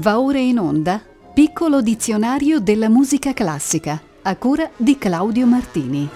Va ora in onda Piccolo dizionario della musica classica, a cura di Claudio Martini.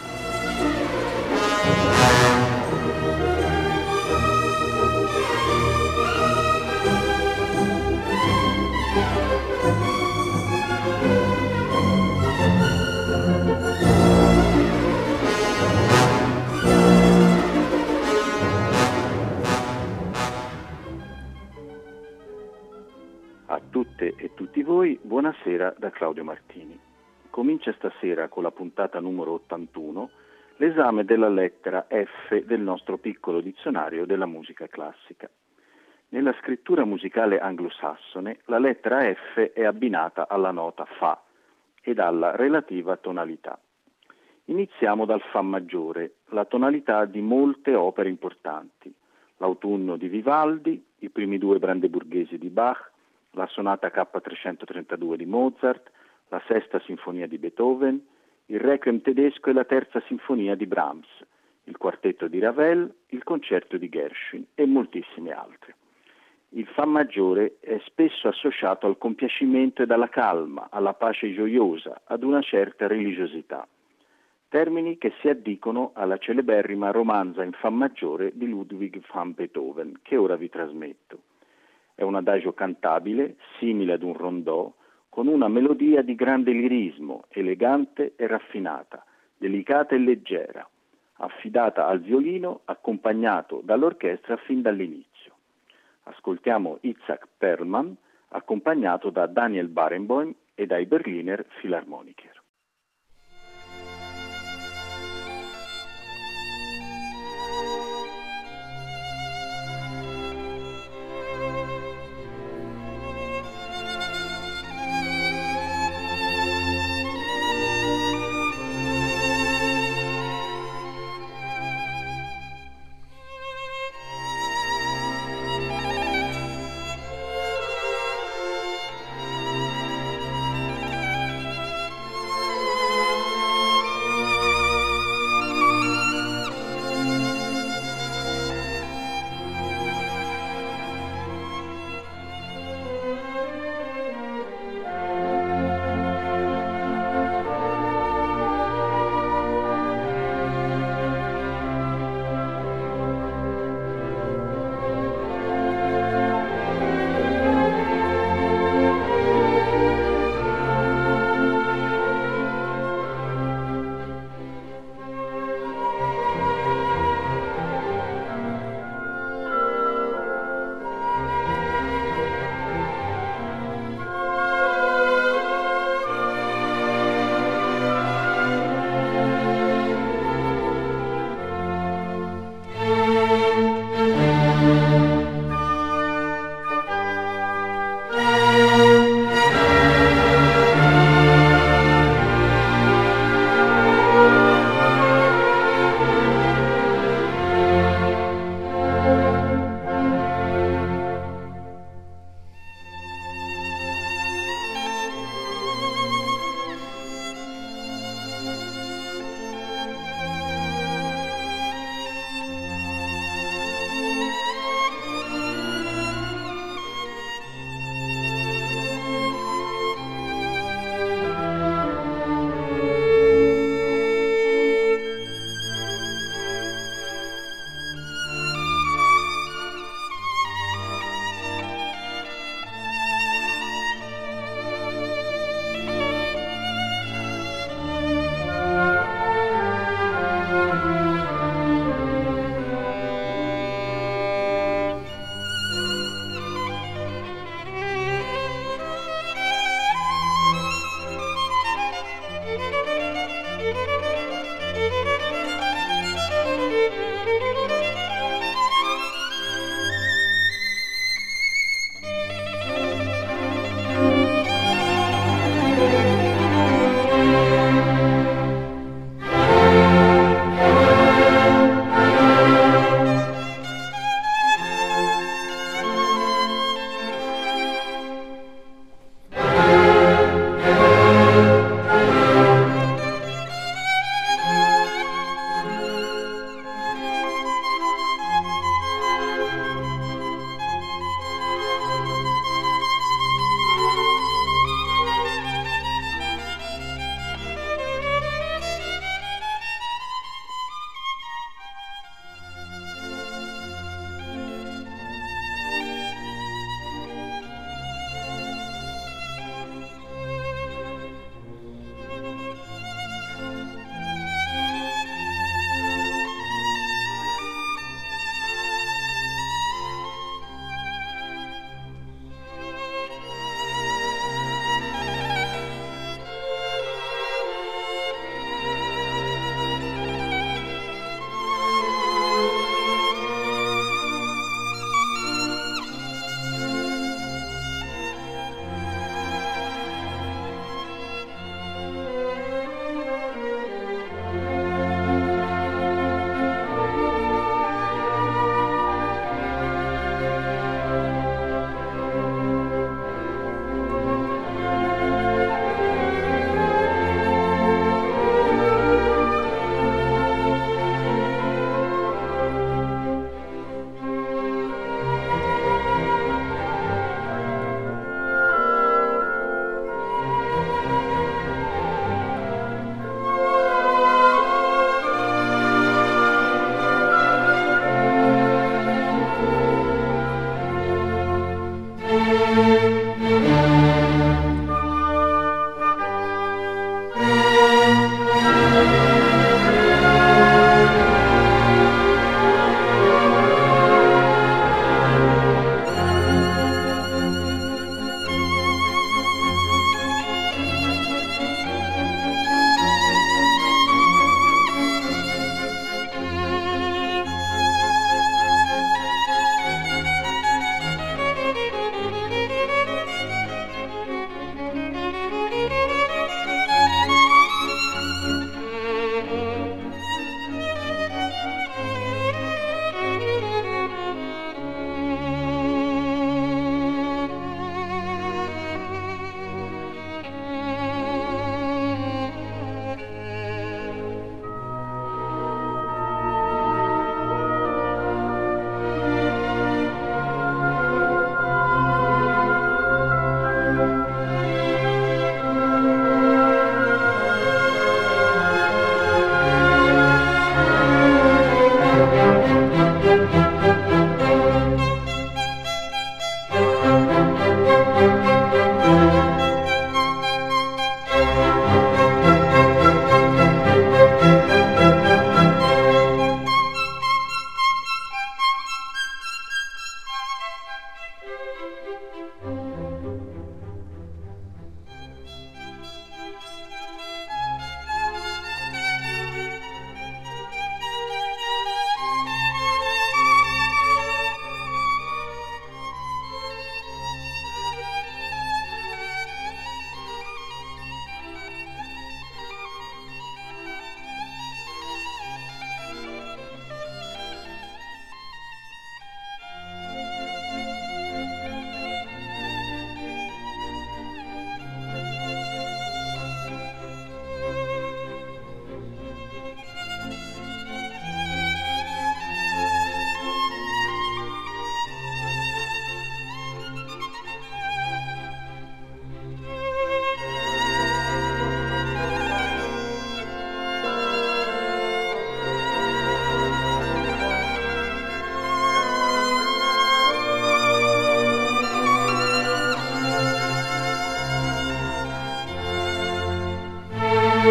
A tutte e tutti voi, buonasera da Claudio Martini. Comincia stasera con la puntata numero 81 l'esame della lettera F del nostro piccolo dizionario della musica classica. Nella scrittura musicale anglosassone la lettera F è abbinata alla nota Fa ed alla relativa tonalità. Iniziamo dal Fa maggiore, la tonalità di molte opere importanti: l'Autunno di Vivaldi, i primi due brandeburghesi di Bach, la sonata K332 di Mozart, la sesta sinfonia di Beethoven, il Requiem tedesco e la terza sinfonia di Brahms, il quartetto di Ravel, il concerto di Gershwin e moltissime altre. Il Fa maggiore è spesso associato al compiacimento ed alla calma, alla pace gioiosa, ad una certa religiosità. Termini che si addicono alla celeberrima romanza in Fa maggiore di Ludwig van Beethoven, che ora vi trasmetto. È un adagio cantabile, simile ad un rondò, con una melodia di grande lirismo, elegante e raffinata, delicata e leggera, affidata al violino, accompagnato dall'orchestra fin dall'inizio. Ascoltiamo Itzhak Perlman, accompagnato da Daniel Barenboim e dai Berliner Philharmoniker.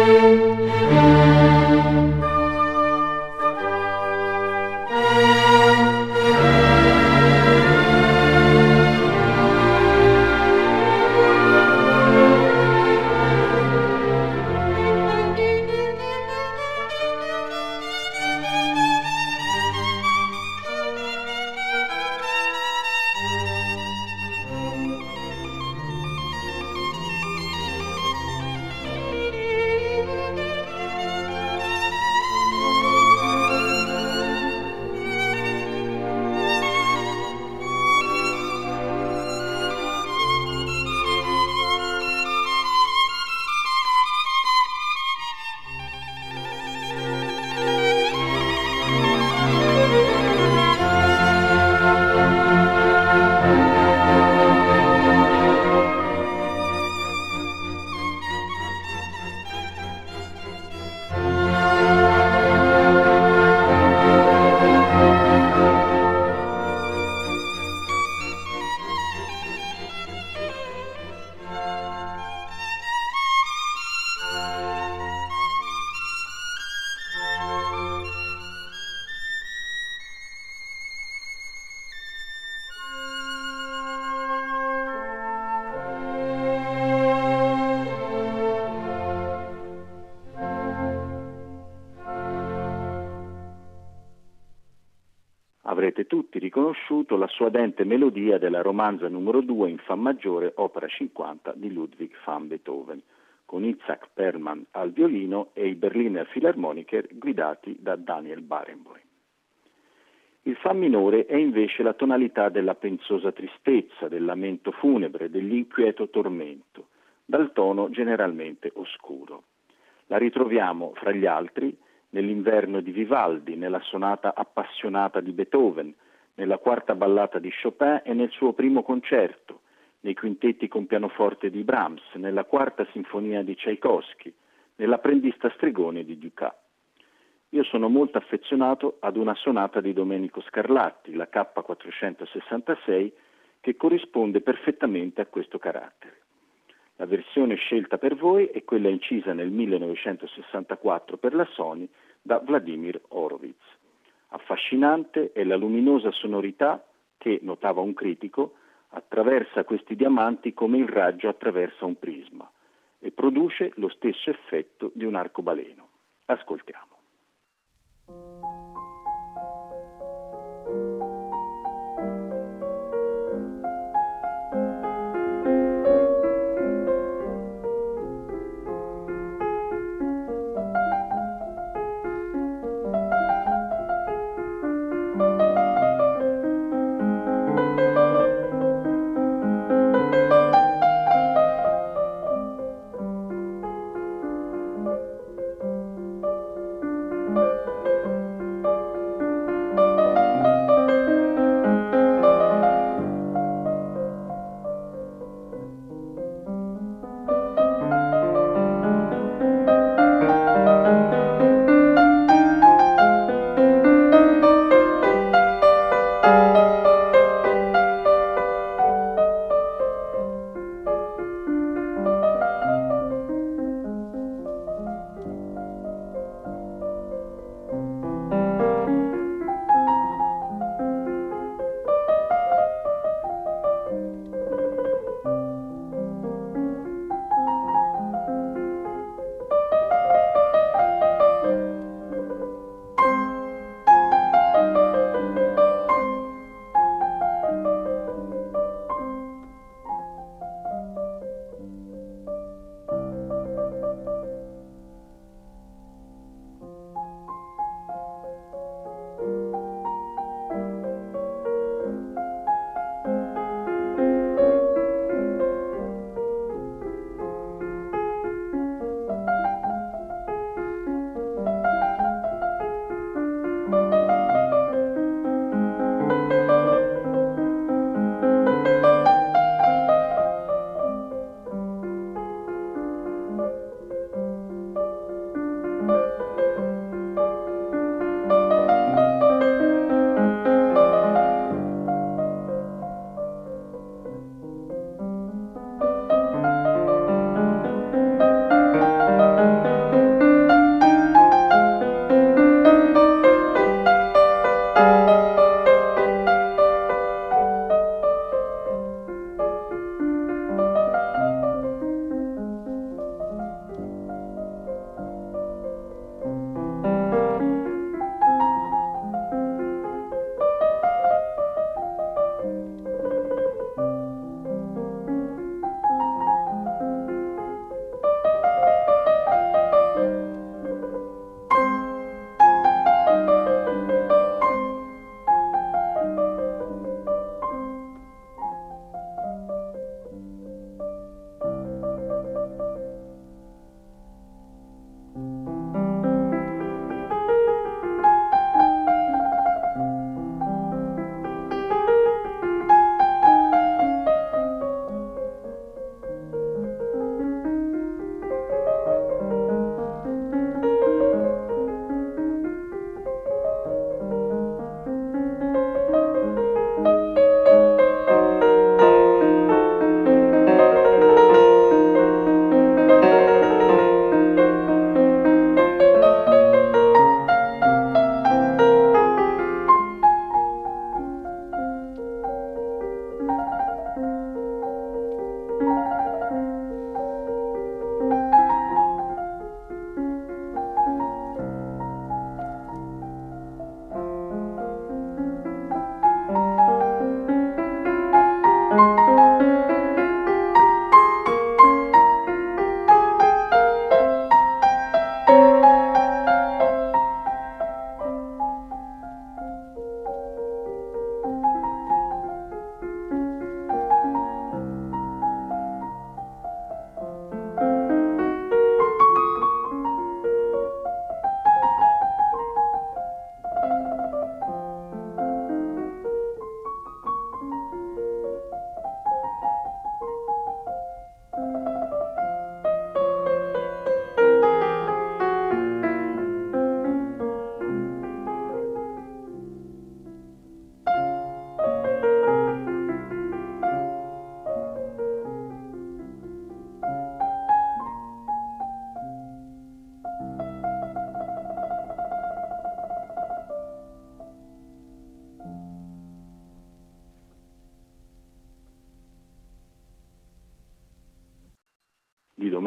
Avrete tutti riconosciuto la suadente melodia della romanza numero 2 in Fa maggiore, opera 50 di Ludwig van Beethoven, con Itzhak Perlman al violino e i Berliner Philharmoniker guidati da Daniel Barenboim. Il Fa minore è invece la tonalità della pensosa tristezza, del lamento funebre, dell'inquieto tormento, dal tono generalmente oscuro. La ritroviamo, fra gli altri, nell'Inverno di Vivaldi, nella sonata appassionata di Beethoven, nella quarta ballata di Chopin e nel suo primo concerto, nei quintetti con pianoforte di Brahms, nella quarta sinfonia di Tchaikovsky, nell'Apprendista stregone di Dukas. Io sono molto affezionato ad una sonata di Domenico Scarlatti, la K466, che corrisponde perfettamente a questo carattere. La versione scelta per voi è quella incisa nel 1964 per la Sony da Vladimir Horowitz. Affascinante è la luminosa sonorità che, notava un critico, attraversa questi diamanti come il raggio attraversa un prisma e produce lo stesso effetto di un arcobaleno. Ascoltiamo.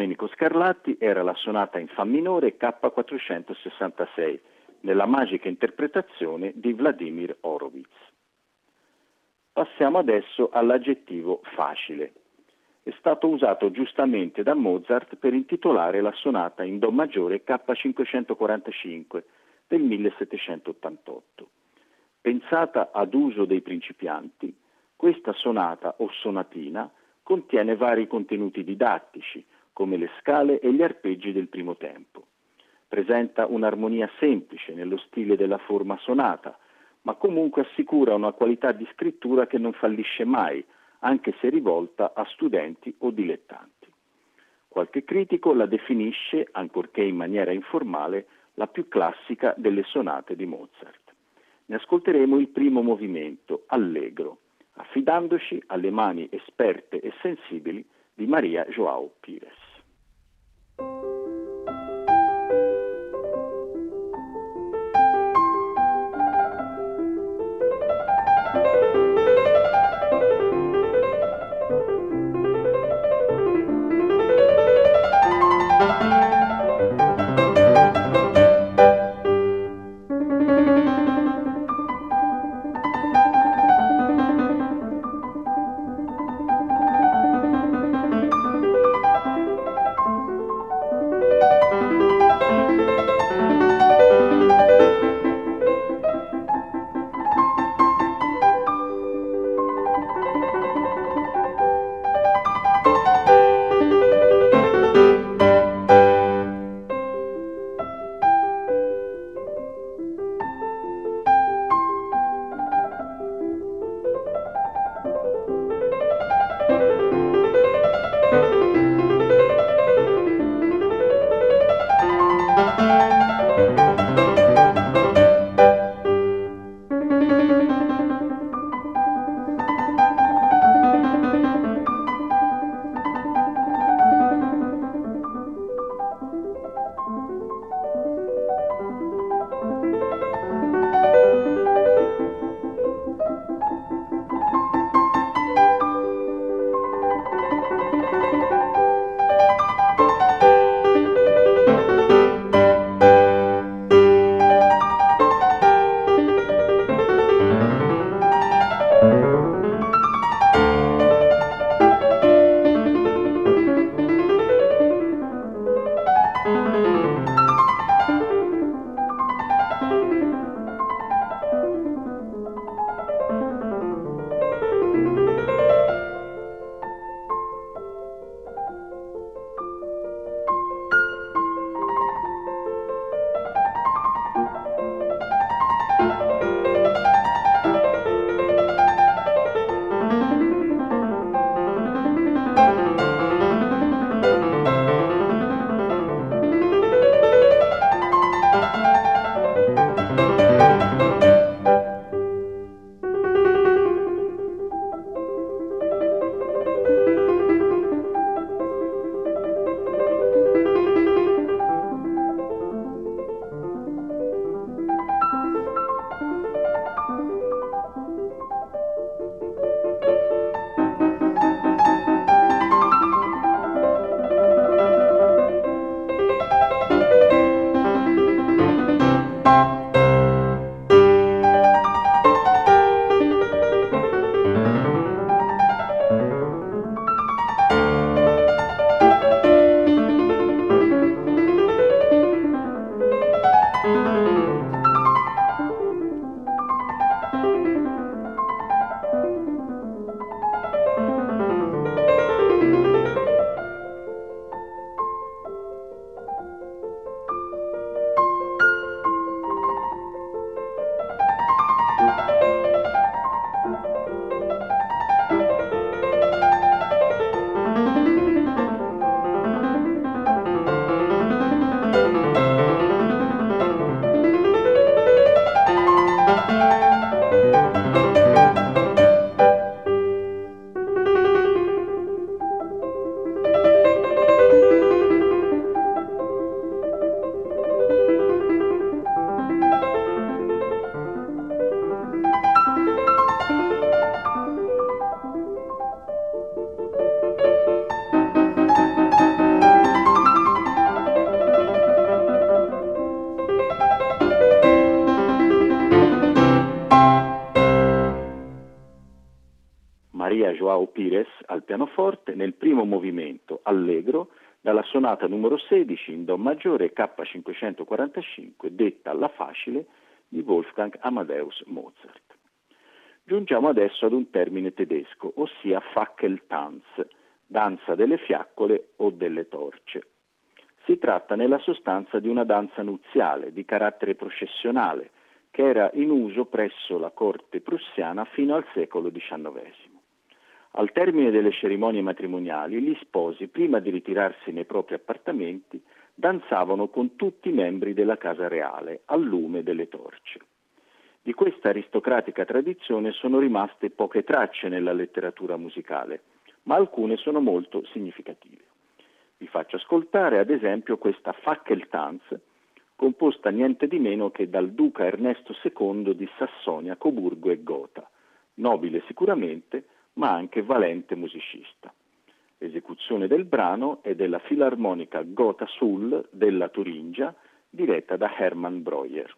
Domenico Scarlatti era la sonata in Fa minore K466, nella magica interpretazione di Vladimir Horowitz. Passiamo adesso all'aggettivo facile. È stato usato giustamente da Mozart per intitolare la sonata in Do maggiore K545 del 1788. Pensata ad uso dei principianti, questa sonata o sonatina contiene vari contenuti didattici, come le scale e gli arpeggi del primo tempo. Presenta un'armonia semplice nello stile della forma sonata, ma comunque assicura una qualità di scrittura che non fallisce mai, anche se rivolta a studenti o dilettanti. Qualche critico la definisce, ancorché in maniera informale, la più classica delle sonate di Mozart. Ne ascolteremo il primo movimento, allegro, affidandoci alle mani esperte e sensibili di Maria João Pires. Joao Pires al pianoforte nel primo movimento allegro dalla sonata numero 16 in Do maggiore K545 detta alla facile di Wolfgang Amadeus Mozart. Giungiamo adesso ad un termine tedesco, ossia Fackeltanz, danza delle fiaccole o delle torce. Si tratta nella sostanza di una danza nuziale di carattere processionale che era in uso presso la corte prussiana fino al secolo XIX. Al termine delle cerimonie matrimoniali, gli sposi, prima di ritirarsi nei propri appartamenti, danzavano con tutti i membri della casa reale al lume delle torce. Di questa aristocratica tradizione sono rimaste poche tracce nella letteratura musicale, ma alcune sono molto significative. Vi faccio ascoltare ad esempio questa Fackeltanz, composta niente di meno che dal duca Ernesto II di Sassonia, Coburgo e Gotha, nobile sicuramente, ma anche valente musicista. L'esecuzione del brano è della Filarmonica Gotha Sul della Turingia, diretta da Hermann Breuer.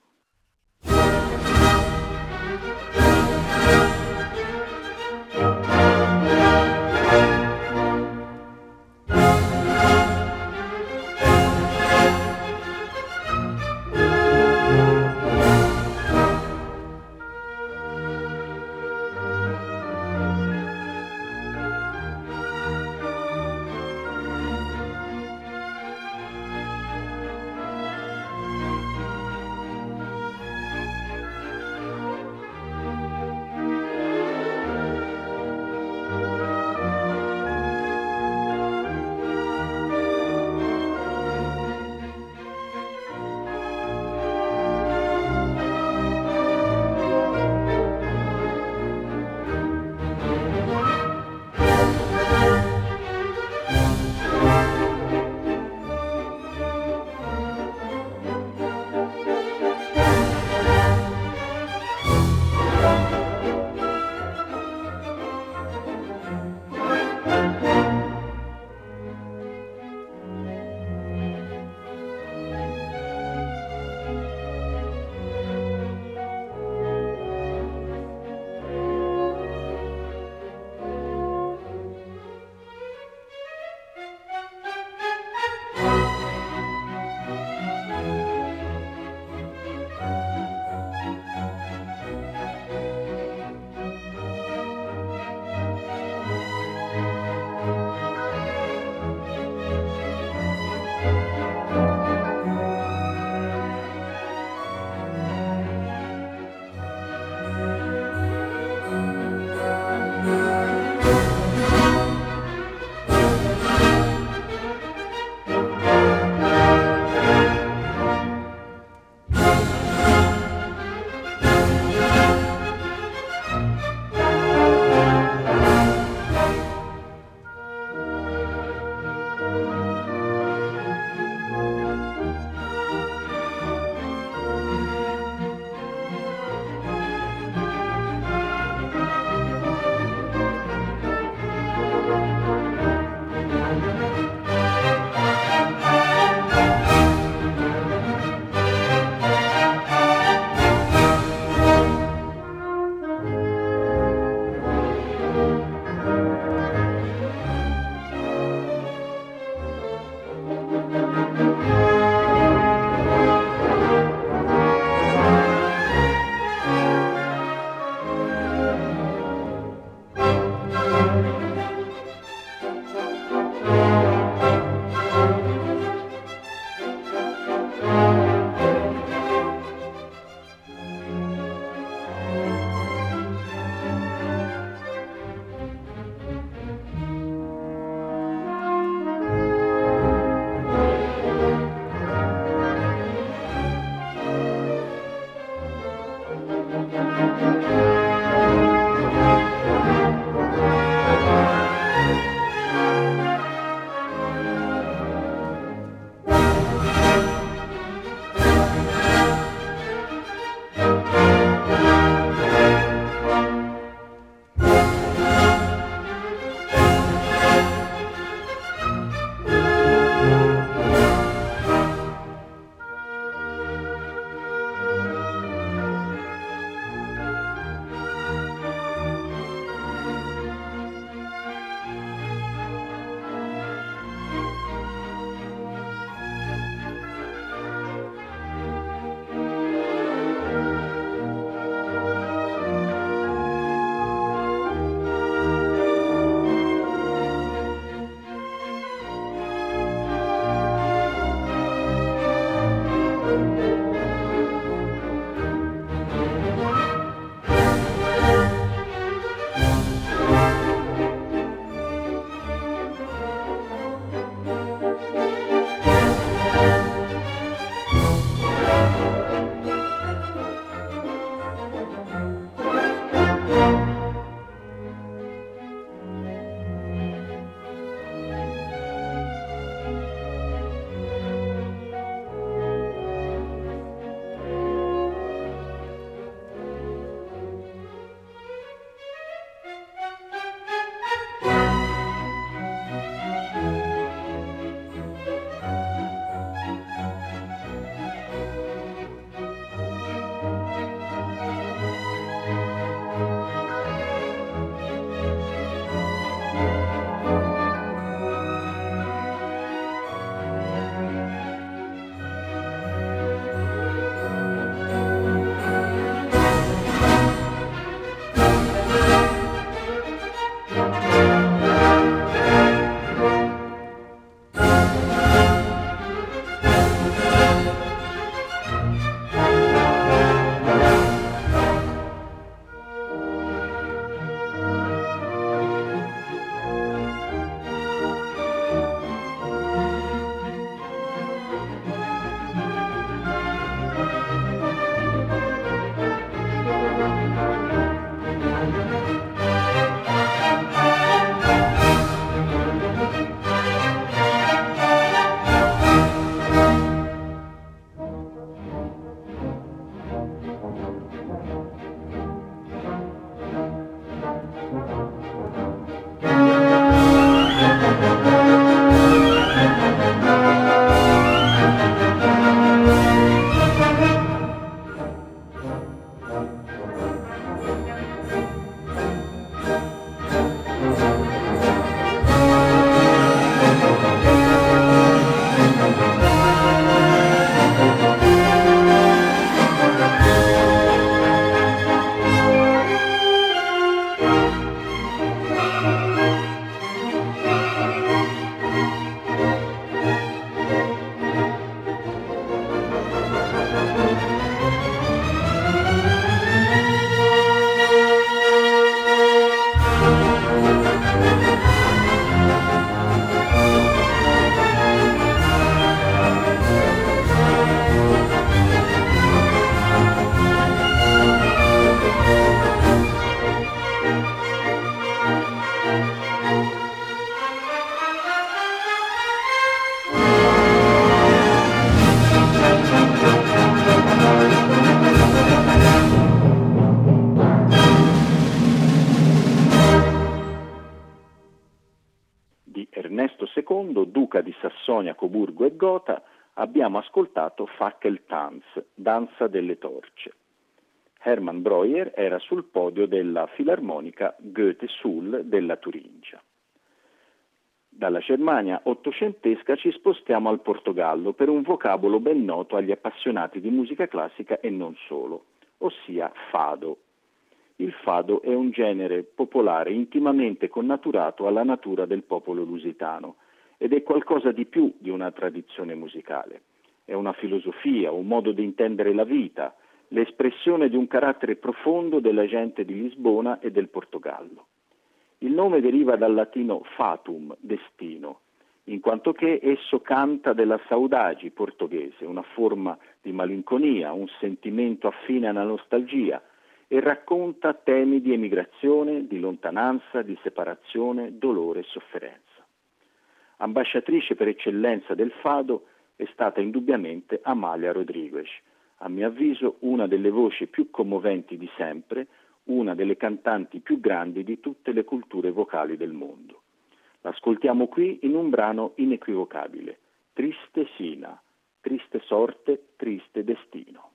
Sonia Coburgo e Gotha abbiamo ascoltato Fackeltanz, danza delle torce. Hermann Breuer era sul podio della Filarmonica Goethe-Suhl della Turingia. Dalla Germania ottocentesca ci spostiamo al Portogallo per un vocabolo ben noto agli appassionati di musica classica e non solo, ossia fado. Il fado è un genere popolare intimamente connaturato alla natura del popolo lusitano ed è qualcosa di più di una tradizione musicale. È una filosofia, un modo di intendere la vita, l'espressione di un carattere profondo della gente di Lisbona e del Portogallo. Il nome deriva dal latino fatum, destino, in quanto che esso canta della saudade portoghese, una forma di malinconia, un sentimento affine alla nostalgia, e racconta temi di emigrazione, di lontananza, di separazione, dolore e sofferenza. Ambasciatrice per eccellenza del fado è stata indubbiamente Amália Rodrigues, a mio avviso una delle voci più commoventi di sempre, una delle cantanti più grandi di tutte le culture vocali del mondo. L'ascoltiamo qui in un brano inequivocabile, Triste Sina, triste sorte, triste destino.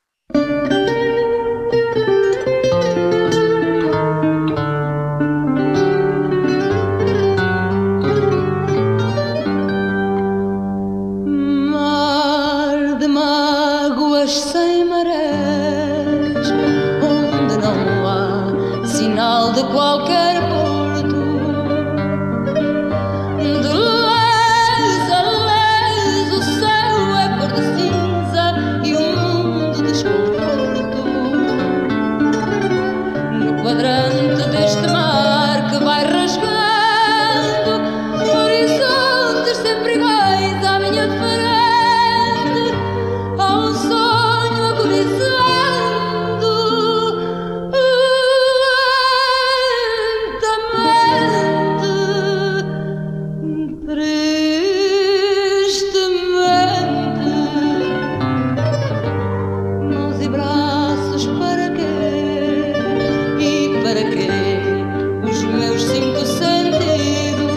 Mar de mágoas sem marés, onde não há sinal de qualquer porto, de les a les o céu é cor de cinza e o mundo desconforto. No quadrante deste mar que vai rasgando horizontes sempre iguais à minha frente, há um sonho agonizando lentamente, tristemente. Mãos e braços para quê? E para quê? Os meus cinco sentidos.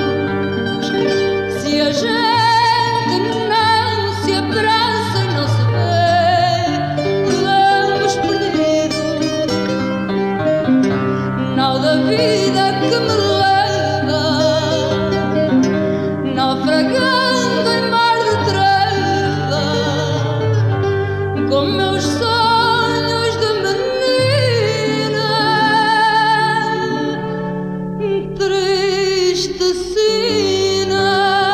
Se a gente não se abraça e não se vê, vamos perdidos. Nau da vida que me leva, naufragando em mar de treva, com meus sonhos de menina, triste sina,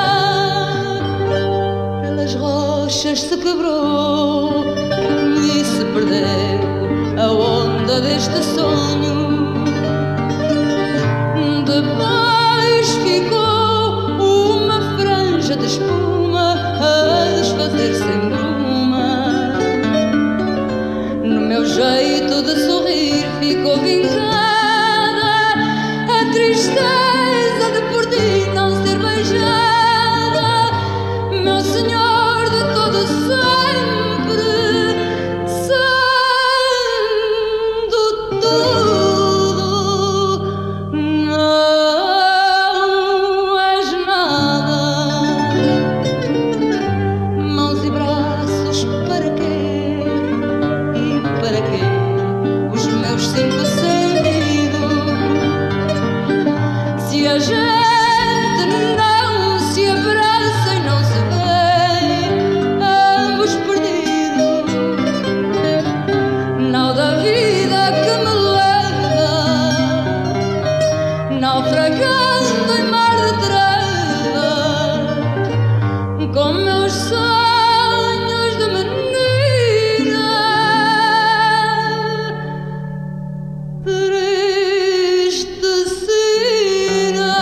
pelas rochas se quebrou e se perdeu a onda deste sonho. Depois ficou uma franja de espuma a desfazer-se em bruma. No meu jeito de sorrir ficou vincada a tristeza de por ti não ser beijada, meu senhor de todo sempre, sendo tudo, não és nada. Mãos e braços para quê? E para quê? Os meus cinco sentidos. Se a gente não se abraça e não se vê, ambos perdidos. Nau da vida que me leva, naufragando em mar de treva, com meus sonhos de menina, triste sina.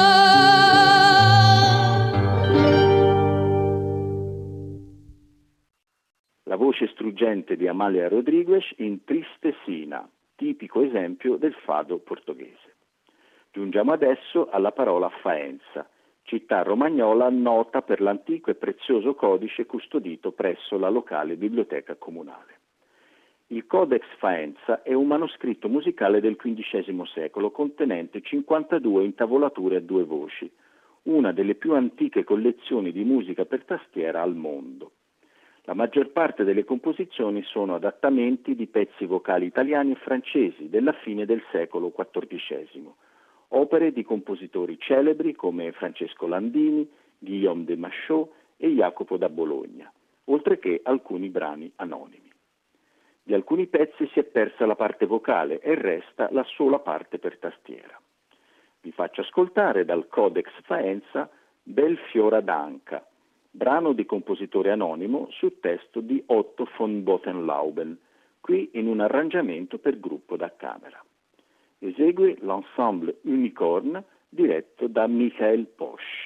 La voce struggente di Amália Rodrigues in Triste Sina, tipico esempio del fado portoghese. Giungiamo adesso alla parola Faenza, città romagnola nota per l'antico e prezioso codice custodito presso la locale biblioteca comunale. Il Codex Faenza è un manoscritto musicale del XV secolo contenente 52 intavolature a due voci, una delle più antiche collezioni di musica per tastiera al mondo. La maggior parte delle composizioni sono adattamenti di pezzi vocali italiani e francesi della fine del secolo XIV, opere di compositori celebri come Francesco Landini, Guillaume de Machaut e Jacopo da Bologna, oltre che alcuni brani anonimi. Di alcuni pezzi si è persa la parte vocale e resta la sola parte per tastiera. Vi faccio ascoltare dal Codex Faenza Bel Fiora d'Anca, brano di compositore anonimo su testo di Otto von Botenlauben, qui in un arrangiamento per gruppo da camera. Esegue l'ensemble Unicorn diretto da Michael Posch.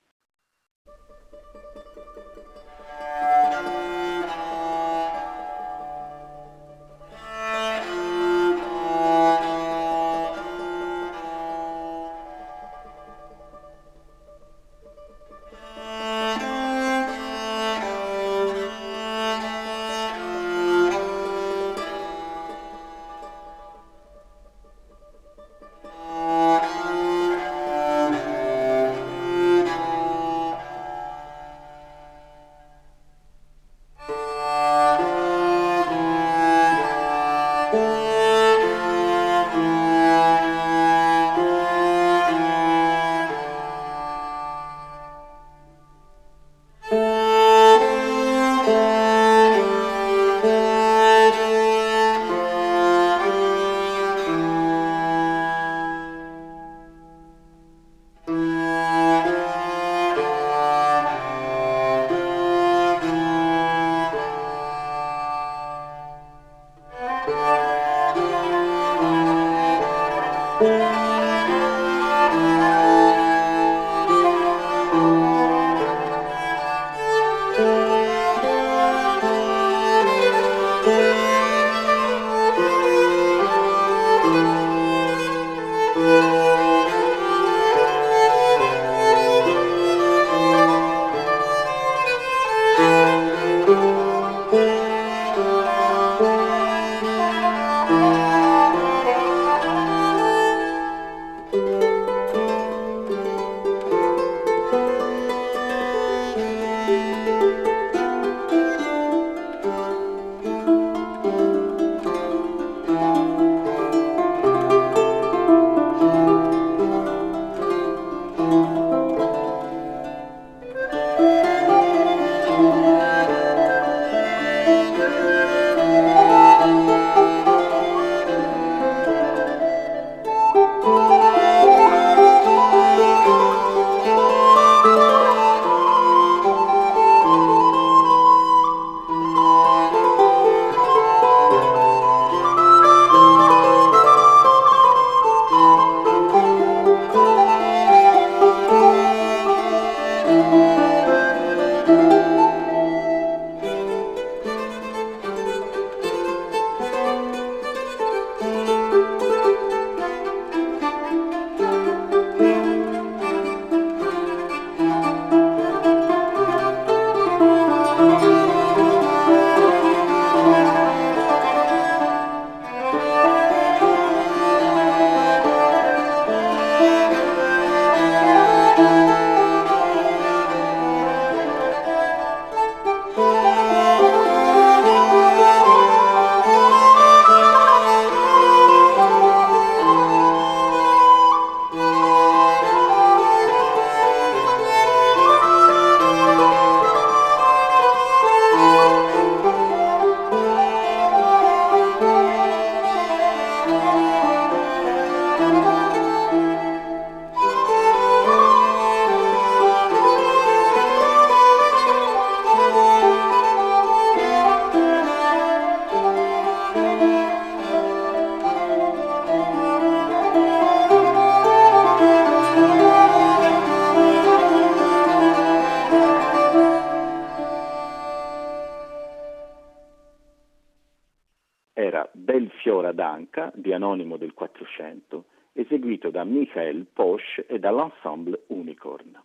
Fiora d'Anca di Anonimo del 400, eseguito da Michael Posch e dall'ensemble Unicorn.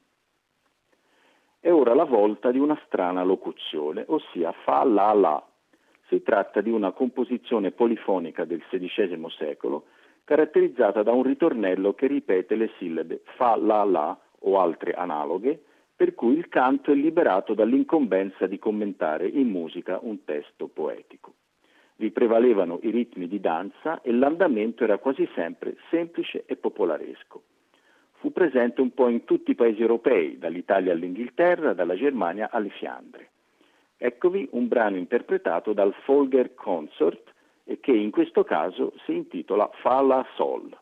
È ora la volta di una strana locuzione, ossia fa la la. Si tratta di una composizione polifonica del XVI secolo, caratterizzata da un ritornello che ripete le sillabe fa la la o altre analoghe, per cui il canto è liberato dall'incombenza di commentare in musica un testo poetico. Vi prevalevano i ritmi di danza e l'andamento era quasi sempre semplice e popolaresco. Fu presente un po' in tutti i paesi europei, dall'Italia all'Inghilterra, dalla Germania alle Fiandre. Eccovi un brano interpretato dal Folger Consort e che in questo caso si intitola Fa la Sol.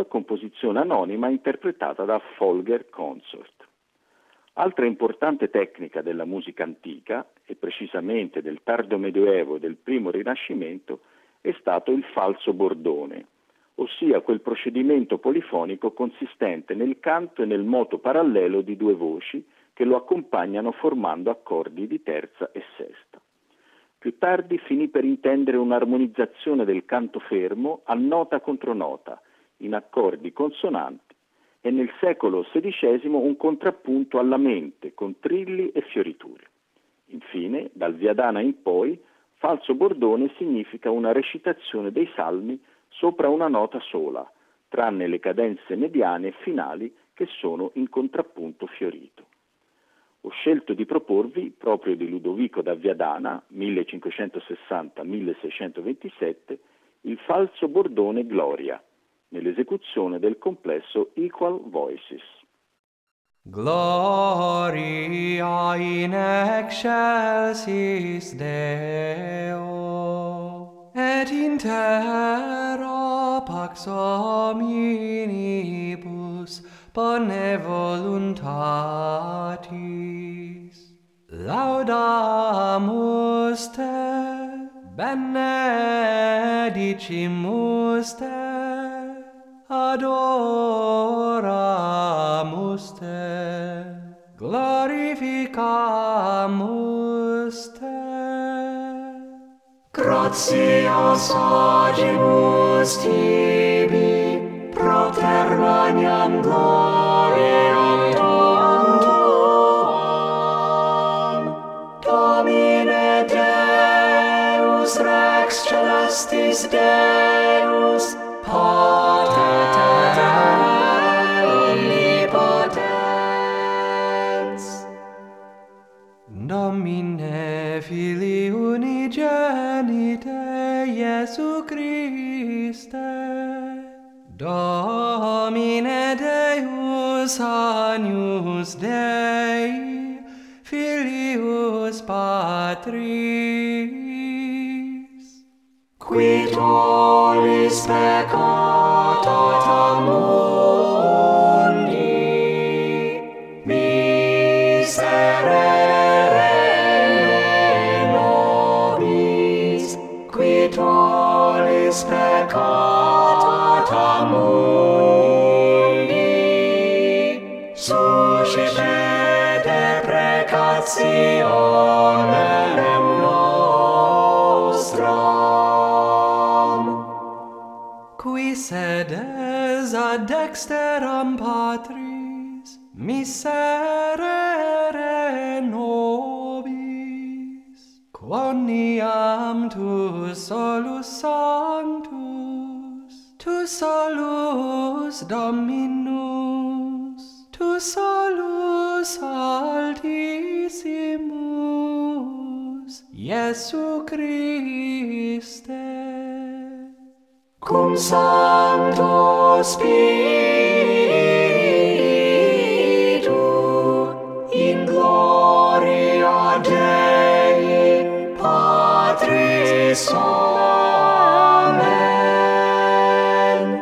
composizione anonima interpretata da Folger Consort. Altra importante tecnica della musica antica, e precisamente del tardo Medioevo e del primo Rinascimento, è stato il falso bordone, ossia quel procedimento polifonico consistente nel canto e nel moto parallelo di due voci che lo accompagnano formando accordi di terza e sesta. Più tardi finì per intendere un'armonizzazione del canto fermo a nota contro nota, in accordi consonanti, e nel secolo XVI un contrappunto alla mente, con trilli e fioriture. Infine, dal Viadana in poi, falso bordone significa una recitazione dei salmi sopra una nota sola, tranne le cadenze mediane e finali che sono in contrappunto fiorito. Ho scelto di proporvi, proprio di Ludovico da Viadana, 1560-1627, il falso bordone Gloria, nell'esecuzione del complesso Equal Voices. Gloria in excelsis Deo, et in terra pax hominibus bone voluntatis. Laudamus te, benedicimus te, adoramus te, glorificamus te. Gratias agimus tibi, propter magnam gloriam tuam, Domine Deus Rex Celestis Deus, Pater omnipotens, Domine Filii unigenite Iesu Christe, Domine Deus agnus Dei, Filius Patris, qui tollis peccata mundi, miserere nobis, qui tollis peccata mundi, suscipet deprecationem nostram. Qui sedes ad dexteram Patris, miserere nobis, quoniam tu solus sanctus, tu solus Dominus, tu solus altissimus, Iesu Christe, cum Sancto Spiritu, in gloria Dei Patris. Amen.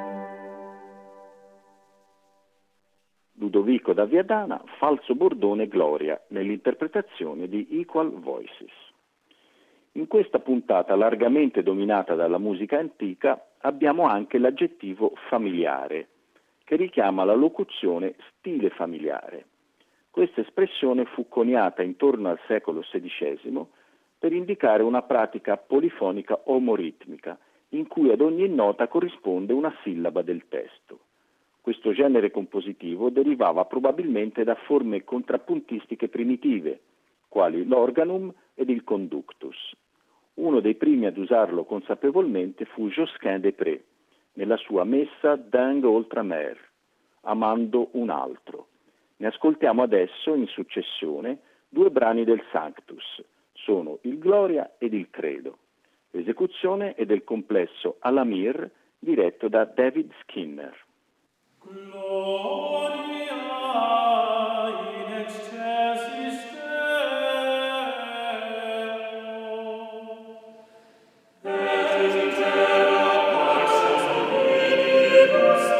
Ludovico da Viadana, falso bordone Gloria, nell'interpretazione di Equal Voices. In questa puntata largamente dominata dalla musica antica abbiamo anche l'aggettivo familiare, che richiama la locuzione stile familiare. Questa espressione fu coniata intorno al secolo XVI per indicare una pratica polifonica omoritmica, in cui ad ogni nota corrisponde una sillaba del testo. Questo genere compositivo derivava probabilmente da forme contrappuntistiche primitive, quali l'organum ed il conductus. Uno dei primi ad usarlo consapevolmente fu Josquin des Prés, nella sua messa Dingue oltre mer, amando un altro. Ne ascoltiamo adesso, in successione, due brani del Sanctus, sono il Gloria ed il Credo. L'esecuzione è del complesso Alamir, diretto da David Skinner. Gloria in excelsis Deo, et in terra pax hominibus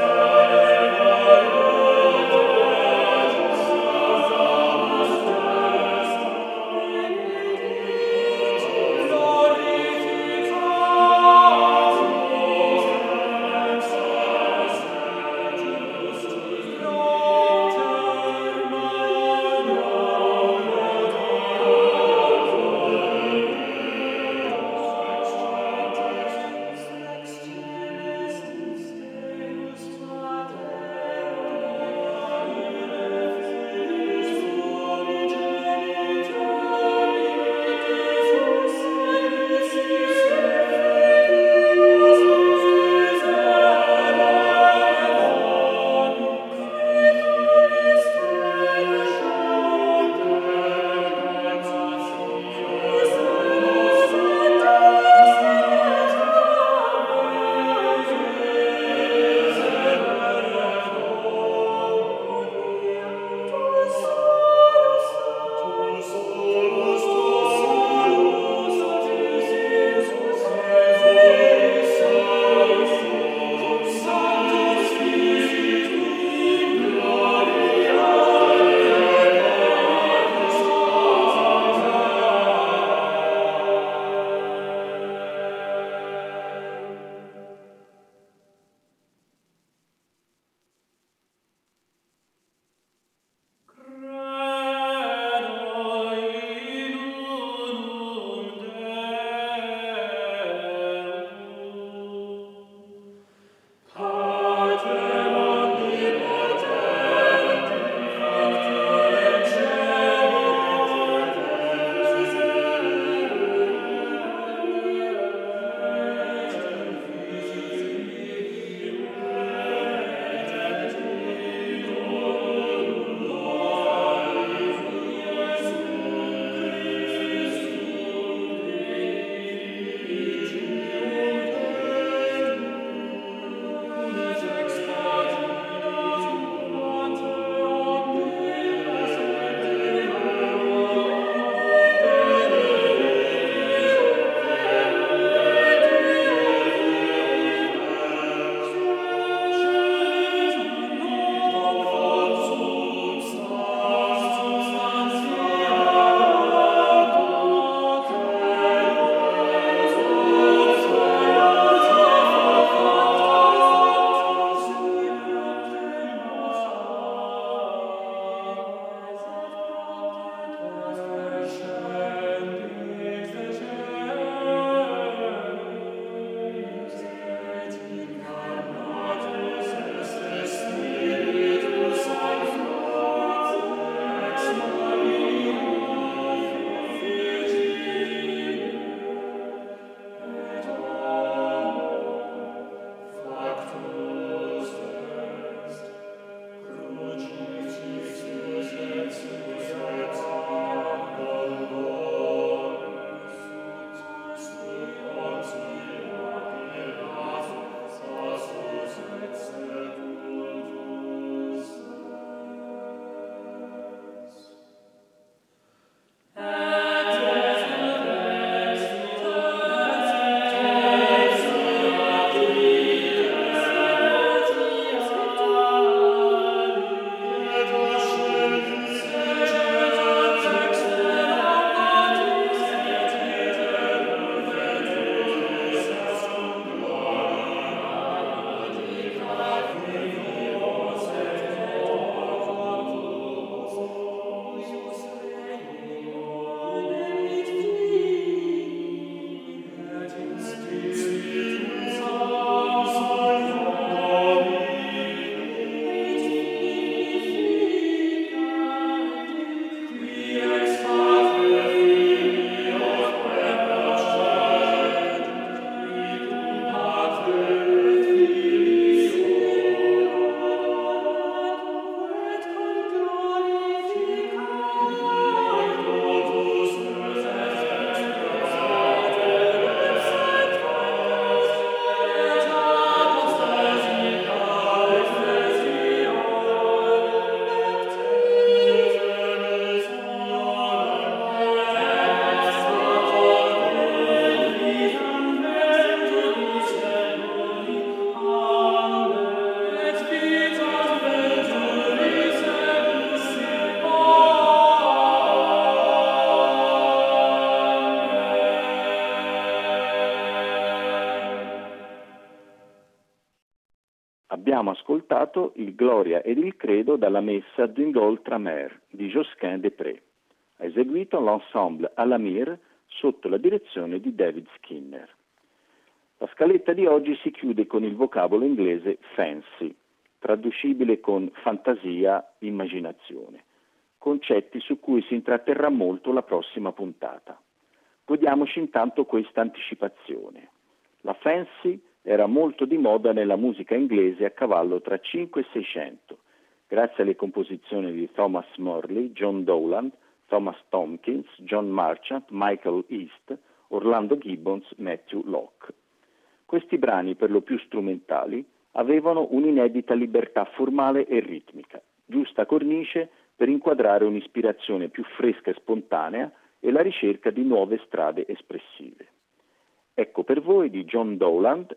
abbiamo ascoltato il Gloria ed il Credo dalla messa d'Ingoltramer di Josquin des Prés. Ha eseguito l'ensemble Alamir sotto la direzione di David Skinner. La scaletta di oggi si chiude con il vocabolo inglese fancy, traducibile con fantasia, immaginazione, concetti su cui si intratterrà molto la prossima puntata. Godiamoci intanto questa anticipazione. La fancy era molto di moda nella musica inglese a cavallo tra 5 e 600, grazie alle composizioni di Thomas Morley, John Dowland, Thomas Tompkins, John Marchant, Michael East, Orlando Gibbons, Matthew Locke. Questi brani, per lo più strumentali, avevano un'inedita libertà formale e ritmica, giusta cornice per inquadrare un'ispirazione più fresca e spontanea e la ricerca di nuove strade espressive. Ecco per voi di John Dowland,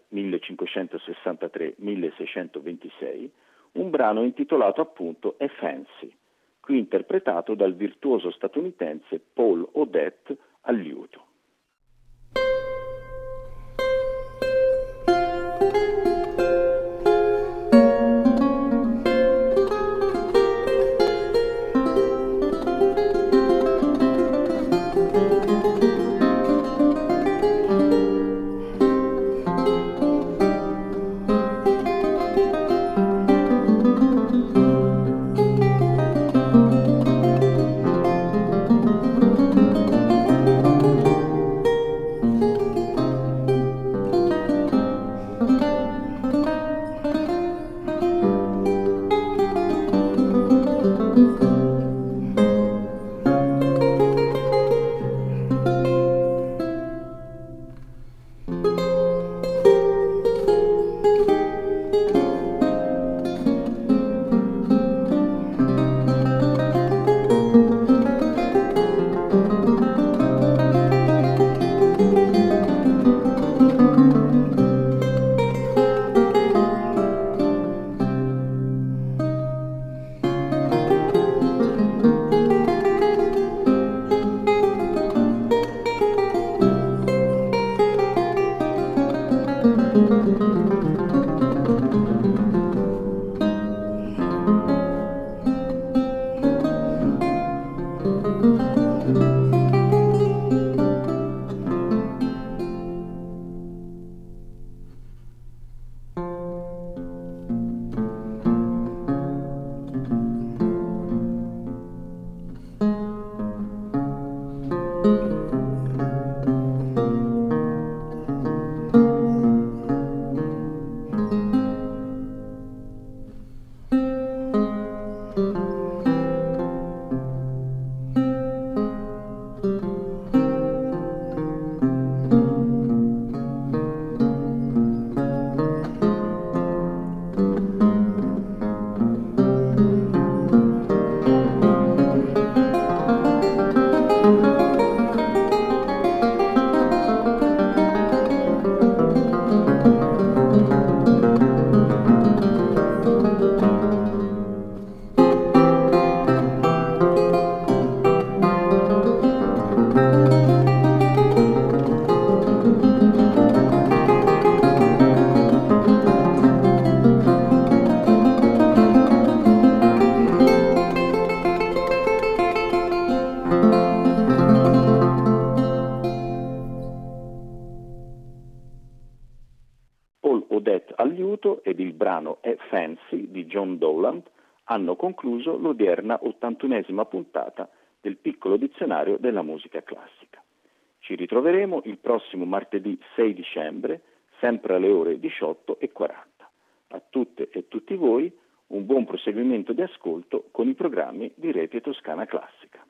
1563-1626, un brano intitolato appunto A Fancy, qui interpretato dal virtuoso statunitense Paul Odette al liuto. ed il brano A Fancy di John Dowland hanno concluso l'odierna 81esima puntata del piccolo dizionario della musica classica. Ci ritroveremo il prossimo martedì 6 dicembre, sempre alle ore 18:40. A tutte e tutti voi un buon proseguimento di ascolto con i programmi di Rete Toscana Classica.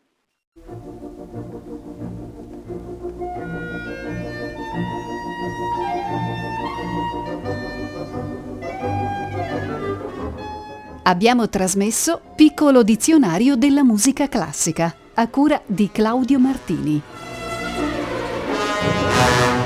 Abbiamo trasmesso Piccolo dizionario della musica classica, a cura di Claudio Martini.